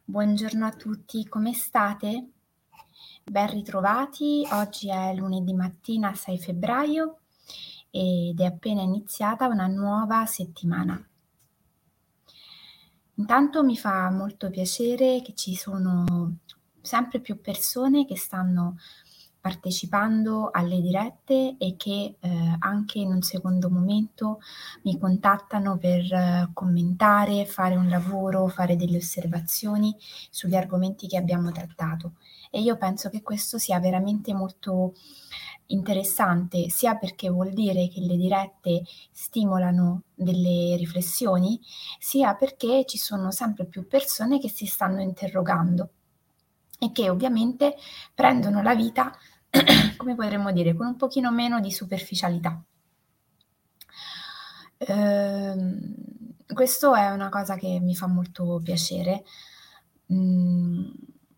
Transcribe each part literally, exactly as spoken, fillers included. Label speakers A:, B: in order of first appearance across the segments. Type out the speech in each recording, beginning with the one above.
A: Buongiorno a tutti, come state? Ben ritrovati, oggi è lunedì mattina sei febbraio ed è appena iniziata una nuova settimana. Intanto mi fa molto piacere che ci sono sempre più persone che stanno partecipando alle dirette e che eh, anche in un secondo momento mi contattano per eh, commentare, fare un lavoro, fare delle osservazioni sugli argomenti che abbiamo trattato. E io penso che questo sia veramente molto interessante, sia perché vuol dire che le dirette stimolano delle riflessioni, sia perché ci sono sempre più persone che si stanno interrogando e che ovviamente prendono la vita, come potremmo dire, con un pochino meno di superficialità. Ehm, questo è una cosa che mi fa molto piacere. Mhmm,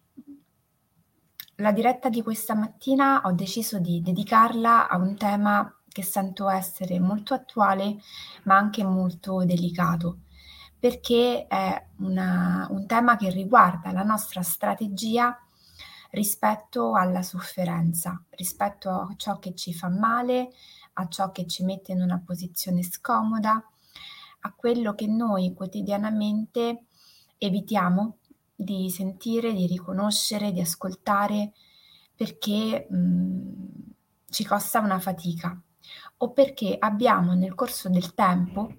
A: la diretta di questa mattina ho deciso di dedicarla a un tema che sento essere molto attuale, ma anche molto delicato, perché è una un tema che riguarda la nostra strategia rispetto alla sofferenza, rispetto a ciò che ci fa male, a ciò che ci mette in una posizione scomoda, a quello che noi quotidianamente evitiamo di sentire, di riconoscere, di ascoltare perché, mhmm, ci costa una fatica o perché abbiamo nel corso del tempo,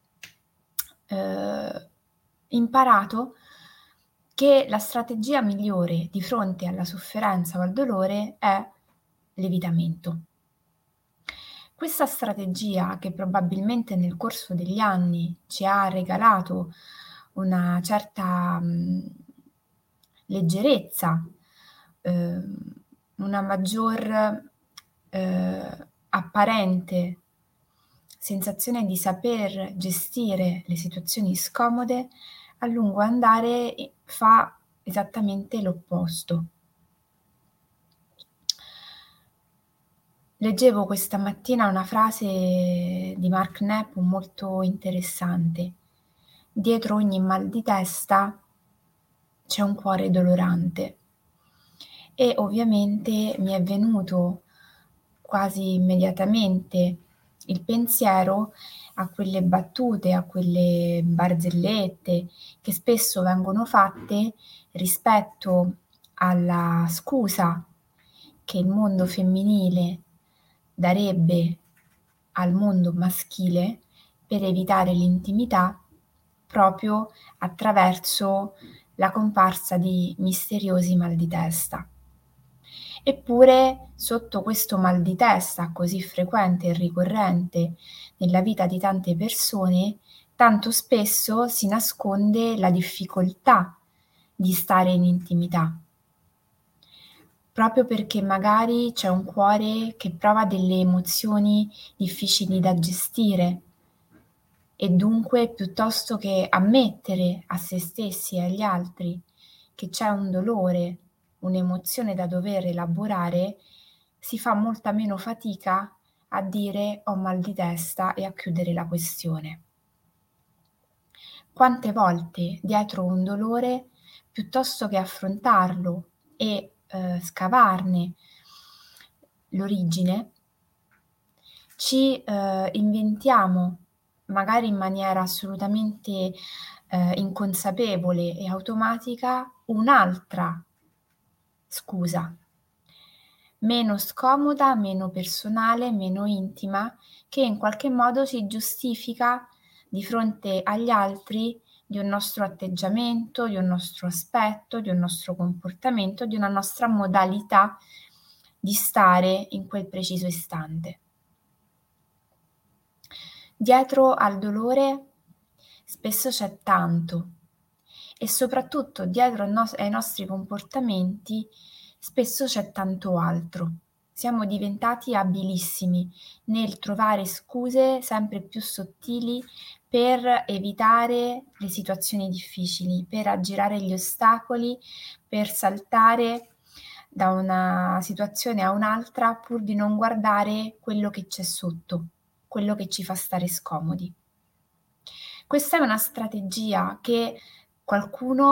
A: uhm, imparato che la strategia migliore di fronte alla sofferenza o al dolore è l'evitamento. Questa strategia, che probabilmente nel corso degli anni ci ha regalato una certa, mhmm, leggerezza, uhm, una maggior, uhm, apparente sensazione di saper gestire le situazioni scomode, a lungo andare e fa esattamente l'opposto. Leggevo questa mattina una frase di Mark Knapp molto interessante: "Dietro ogni mal di testa c'è un cuore dolorante". E ovviamente mi è venuto quasi immediatamente il pensiero a quelle battute, a quelle barzellette che spesso vengono fatte rispetto alla scusa che il mondo femminile darebbe al mondo maschile per evitare l'intimità proprio attraverso la comparsa di misteriosi mal di testa. Eppure, sotto questo mal di testa così frequente e ricorrente nella vita di tante persone, tanto spesso si nasconde la difficoltà di stare in intimità. Proprio perché magari c'è un cuore che prova delle emozioni difficili da gestire e dunque piuttosto che ammettere a se stessi e agli altri che c'è un dolore, un'emozione da dover elaborare, si fa molta meno fatica a dire ho mal di testa e a chiudere la questione. Quante volte dietro un dolore, piuttosto che affrontarlo e eh, scavarne l'origine, ci eh, inventiamo, magari in maniera assolutamente eh, inconsapevole e automatica, un'altra scusa, meno scomoda, meno personale, meno intima, che in qualche modo ci giustifica di fronte agli altri di un nostro atteggiamento, di un nostro aspetto, di un nostro comportamento, di una nostra modalità di stare in quel preciso istante. Dietro al dolore spesso c'è tanto e soprattutto dietro al nos- ai nostri comportamenti spesso c'è tanto altro. Siamo diventati abilissimi nel trovare scuse sempre più sottili per evitare le situazioni difficili, per aggirare gli ostacoli, per saltare da una situazione a un'altra pur di non guardare quello che c'è sotto, quello che ci fa stare scomodi. Questa è una strategia che qualcuno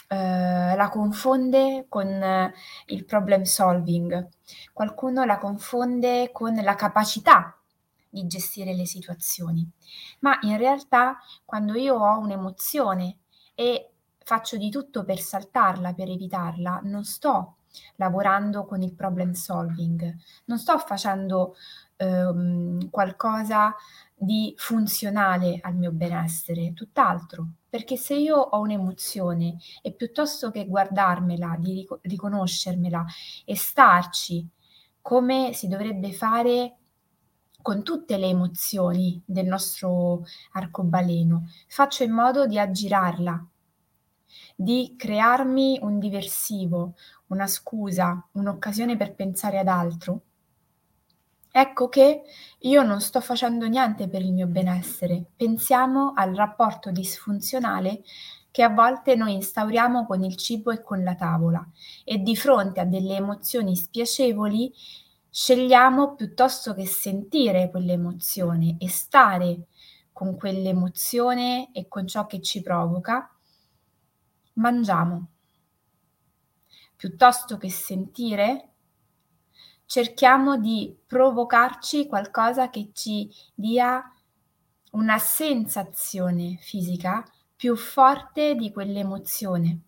A: ehm, la confonde con eh, il problem solving, qualcuno la confonde con la capacità di gestire le situazioni. Ma in realtà quando io ho un'emozione e faccio di tutto per saltarla, per evitarla, non sto lavorando con il problem solving, non sto facendo, ehm, qualcosa di funzionale al mio benessere, tutt'altro. Perché se io ho un'emozione e piuttosto che guardarmela, di rico riconoscermela e starci come si dovrebbe fare con tutte le emozioni del nostro arcobaleno, faccio in modo di aggirarla, di crearmi un diversivo, una scusa, un'occasione per pensare ad altro. Ecco che io non sto facendo niente per il mio benessere. Pensiamo al rapporto disfunzionale che a volte noi instauriamo con il cibo e con la tavola e di fronte a delle emozioni spiacevoli scegliamo piuttosto che sentire quell'emozione e stare con quell'emozione e con ciò che ci provoca, mangiamo. Piuttosto che sentire, cerchiamo di provocarci qualcosa che ci dia una sensazione fisica più forte di quell'emozione.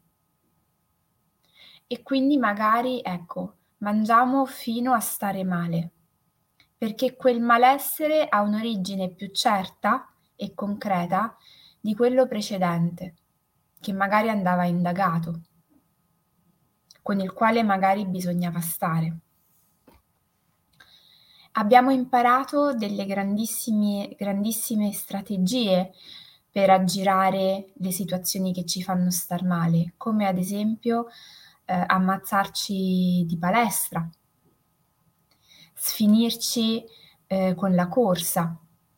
A: E quindi magari, ecco, mangiamo fino a stare male, perché quel malessere ha un'origine più certa e concreta di quello precedente, che magari andava indagato, con il quale magari bisognava stare. Abbiamo imparato delle grandissimi grandissime strategie per aggirare le situazioni che ci fanno star male, come ad esempio, ehm, ammazzarci di palestra, sfinirci, ehm, con la corsa,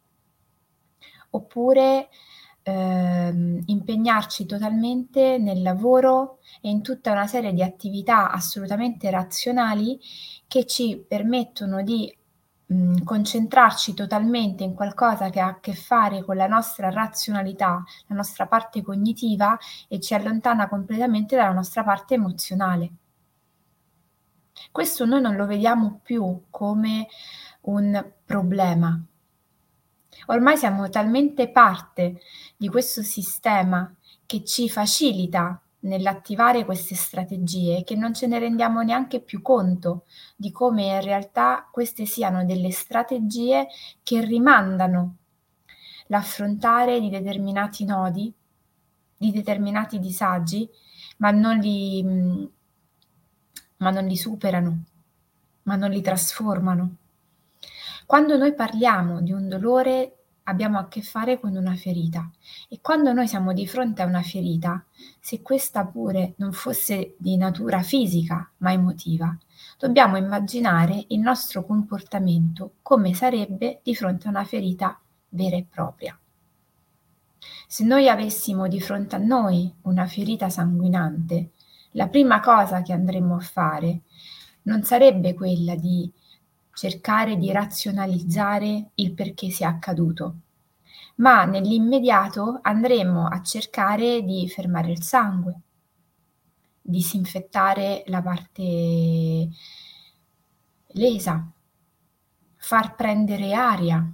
A: oppure, ehm, impegnarci totalmente nel lavoro e in tutta una serie di attività assolutamente razionali che ci permettono di, mhmm, concentrarci totalmente in qualcosa che ha a che fare con la nostra razionalità, la nostra parte cognitiva e ci allontana completamente dalla nostra parte emozionale. Questo noi non lo vediamo più come un problema. Ormai siamo talmente parte di questo sistema che ci facilita nell'attivare queste strategie, che non ce ne rendiamo neanche più conto di come in realtà queste siano delle strategie che rimandano l'affrontare di determinati nodi, di determinati disagi, ma non li mhmm, ma non li superano, ma non li trasformano. Quando noi parliamo di un dolore abbiamo a che fare con una ferita e quando noi siamo di fronte a una ferita, se questa pure non fosse di natura fisica ma emotiva, dobbiamo immaginare il nostro comportamento come sarebbe di fronte a una ferita vera e propria. Se noi avessimo di fronte a noi una ferita sanguinante, la prima cosa che andremmo a fare non sarebbe quella di cercare di razionalizzare il perché sia accaduto, ma nell'immediato andremmo a cercare di fermare il sangue, disinfettare la parte lesa, far prendere aria.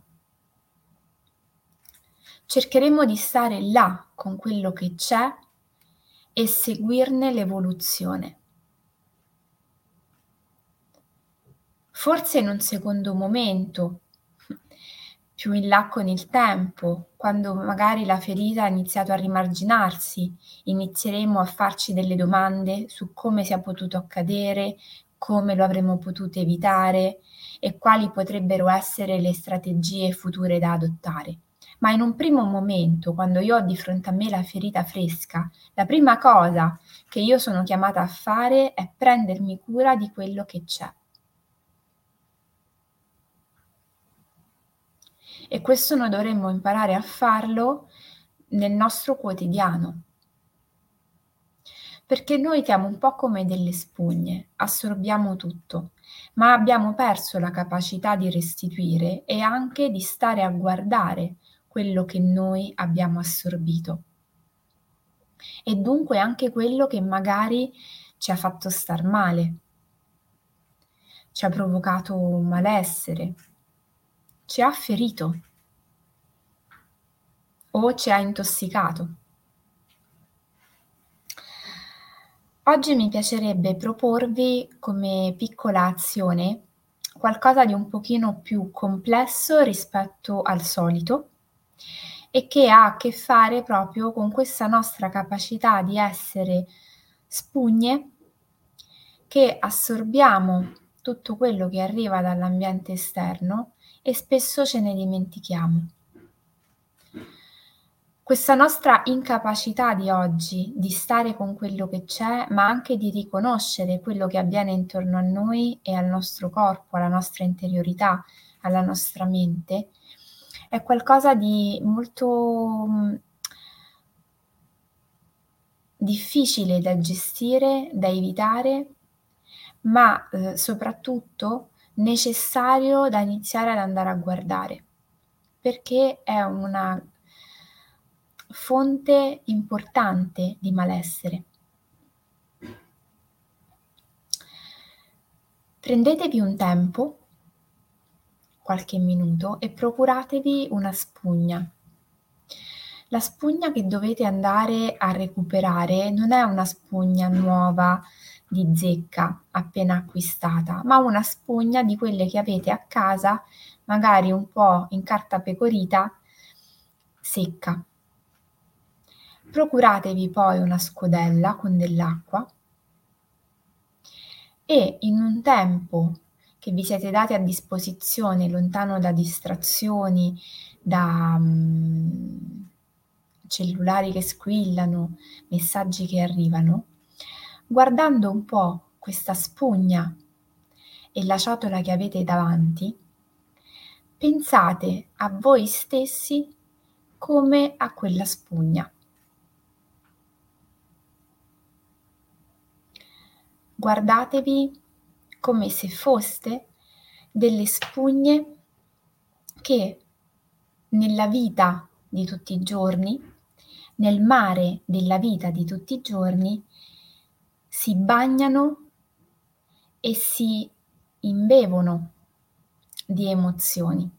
A: Cercheremo di stare là con quello che c'è e seguirne l'evoluzione. Forse in un secondo momento, più in là con il tempo, quando magari la ferita ha iniziato a rimarginarsi, inizieremo a farci delle domande su come sia potuto accadere, come lo avremmo potuto evitare e quali potrebbero essere le strategie future da adottare. Ma in un primo momento, quando io ho di fronte a me la ferita fresca, la prima cosa che io sono chiamata a fare è prendermi cura di quello che c'è. E questo noi dovremmo imparare a farlo nel nostro quotidiano. Perché noi siamo un po' come delle spugne, assorbiamo tutto, ma abbiamo perso la capacità di restituire e anche di stare a guardare quello che noi abbiamo assorbito. e dunque anche quello che magari ci ha fatto star male, ci ha provocato un malessere, ci ha ferito o ci ha intossicato. Oggi mi piacerebbe proporvi come piccola azione qualcosa di un pochino più complesso rispetto al solito e che ha a che fare proprio con questa nostra capacità di essere spugne che assorbiamo tutto quello che arriva dall'ambiente esterno e spesso ce ne dimentichiamo. Questa nostra incapacità di oggi di stare con quello che c'è, ma anche di riconoscere quello che avviene intorno a noi e al nostro corpo, alla nostra interiorità, alla nostra mente, è qualcosa di molto mh, difficile da gestire, da evitare, ma eh, soprattutto necessario da iniziare ad andare a guardare, perché è una fonte importante di malessere. Prendetevi un tempo, qualche minuto, e procuratevi una spugna. La spugna che dovete andare a recuperare non è una spugna nuova di zecca appena acquistata, ma una spugna di quelle che avete a casa, magari un po' incartapecorita, secca. Procuratevi poi una scodella con dell'acqua e in un tempo che vi siete dati a disposizione, lontano da distrazioni, da um, cellulari che squillano, messaggi che arrivano, guardando un po' questa spugna e la ciotola che avete davanti, pensate a voi stessi come a quella spugna. Guardatevi come se foste delle spugne che nella vita di tutti i giorni, nel mare della vita di tutti i giorni, si bagnano e si imbevono di emozioni.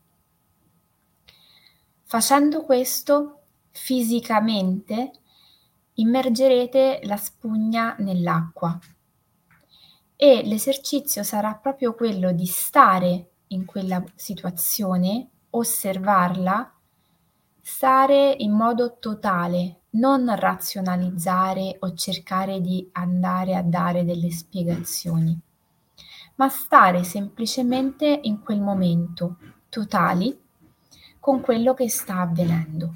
A: Facendo questo, fisicamente immergerete la spugna nell'acqua e l'esercizio sarà proprio quello di stare in quella situazione, osservarla, stare in modo totale, non razionalizzare o cercare di andare a dare delle spiegazioni, ma stare semplicemente in quel momento, totali, con quello che sta avvenendo.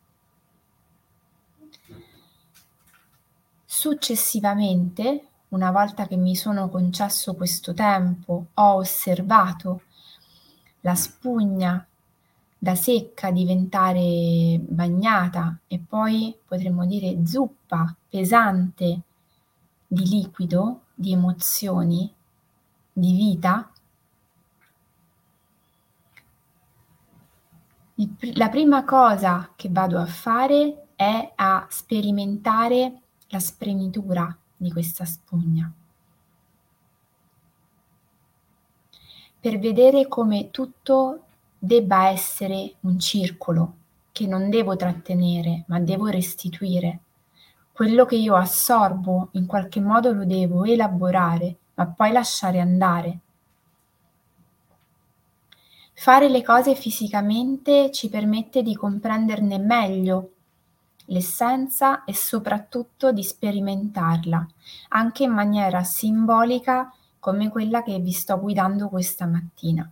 A: Successivamente, una volta che mi sono concesso questo tempo, ho osservato la spugna da secca diventare bagnata e poi potremmo dire zuppa pesante di liquido, di emozioni, di vita. Il pr- la prima cosa che vado a fare è a sperimentare la spremitura di questa spugna, per vedere come tutto debba essere un circolo che non devo trattenere, ma devo restituire. Quello che io assorbo in qualche modo lo devo elaborare, ma poi lasciare andare. Fare le cose fisicamente ci permette di comprenderne meglio l'essenza e soprattutto di sperimentarla, anche in maniera simbolica come quella che vi sto guidando questa mattina.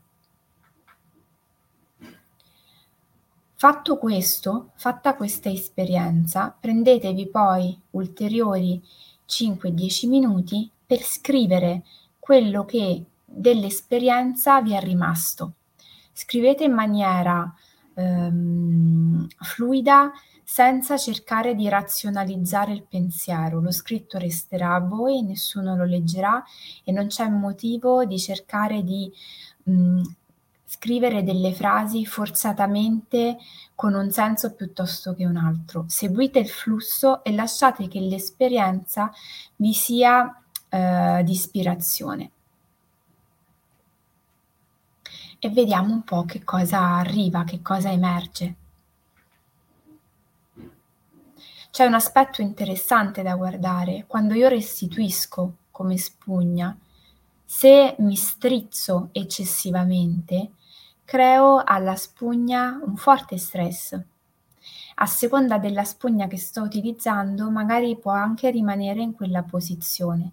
A: Fatto questo, fatta questa esperienza, prendetevi poi ulteriori cinque dieci minuti per scrivere quello che dell'esperienza vi è rimasto. Scrivete in maniera ehm, fluida, senza cercare di razionalizzare il pensiero. Lo scritto resterà a voi, nessuno lo leggerà e non c'è motivo di cercare di mh, scrivere delle frasi forzatamente con un senso piuttosto che un altro. Seguite il flusso e lasciate che l'esperienza vi sia eh, di ispirazione. E vediamo un po' che cosa arriva, che cosa emerge. C'è un aspetto interessante da guardare. Quando io restituisco come spugna, se mi strizzo eccessivamente, creo alla spugna un forte stress. A seconda della spugna che sto utilizzando, magari può anche rimanere in quella posizione.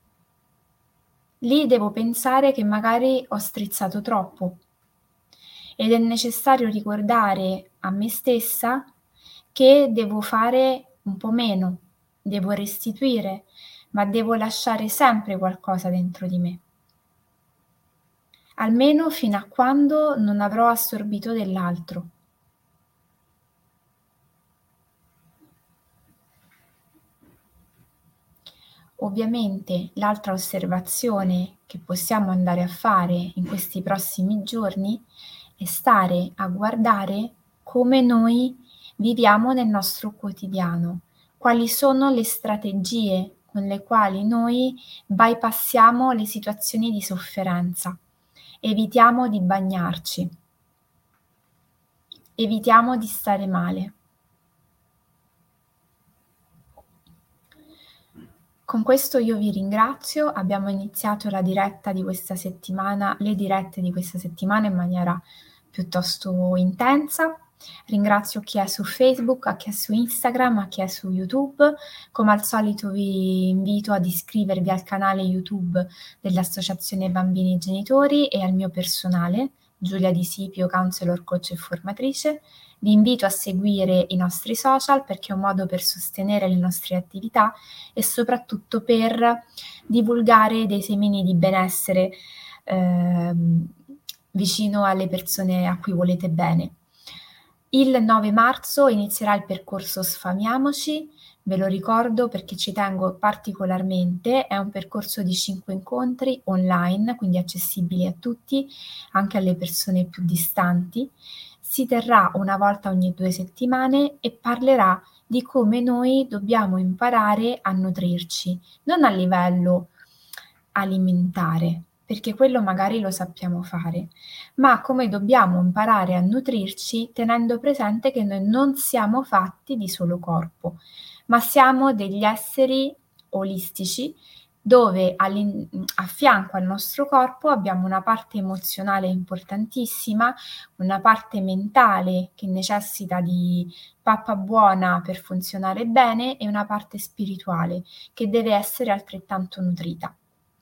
A: Lì devo pensare che magari ho strizzato troppo ed è necessario ricordare a me stessa che devo fare un po' meno, devo restituire, ma devo lasciare sempre qualcosa dentro di me. Almeno fino a quando non avrò assorbito dell'altro. Ovviamente l'altra osservazione che possiamo andare a fare in questi prossimi giorni è stare a guardare come noi viviamo nel nostro quotidiano, quali sono le strategie con le quali noi bypassiamo le situazioni di sofferenza, evitiamo di bagnarci, evitiamo di stare male. Con questo io vi ringrazio, abbiamo iniziato la diretta di questa settimana le dirette di questa settimana in maniera piuttosto intensa. Ringrazio chi è su Facebook, a chi è su Instagram, a chi è su YouTube. Come al solito vi invito ad iscrivervi al canale YouTube dell'Associazione Bambini Genitori e al mio personale, Giulia Di Sipio, counselor, coach e formatrice. Vi invito a seguire i nostri social perché è un modo per sostenere le nostre attività e soprattutto per divulgare dei semini di benessere eh, vicino alle persone a cui volete bene. Il nove marzo inizierà il percorso Sfamiamoci, ve lo ricordo perché ci tengo particolarmente, è un percorso di cinque incontri online, quindi accessibili a tutti, anche alle persone più distanti. Si terrà una volta ogni due settimane e parlerà di come noi dobbiamo imparare a nutrirci, non a livello alimentare, perché quello magari lo sappiamo fare, ma come dobbiamo imparare a nutrirci tenendo presente che noi non siamo fatti di solo corpo, ma siamo degli esseri olistici dove a fianco al nostro corpo abbiamo una parte emozionale importantissima, una parte mentale che necessita di pappa buona per funzionare bene e una parte spirituale che deve essere altrettanto nutrita.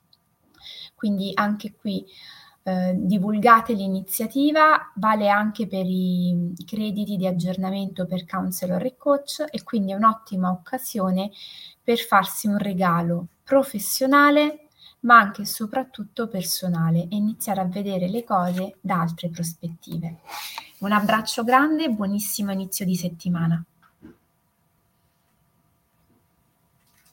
A: Quindi anche qui eh, divulgate l'iniziativa, vale anche per i crediti di aggiornamento per counselor e coach e quindi è un'ottima occasione per farsi un regalo professionale ma anche e soprattutto personale e iniziare a vedere le cose da altre prospettive. Un abbraccio grande e buonissimo inizio di settimana.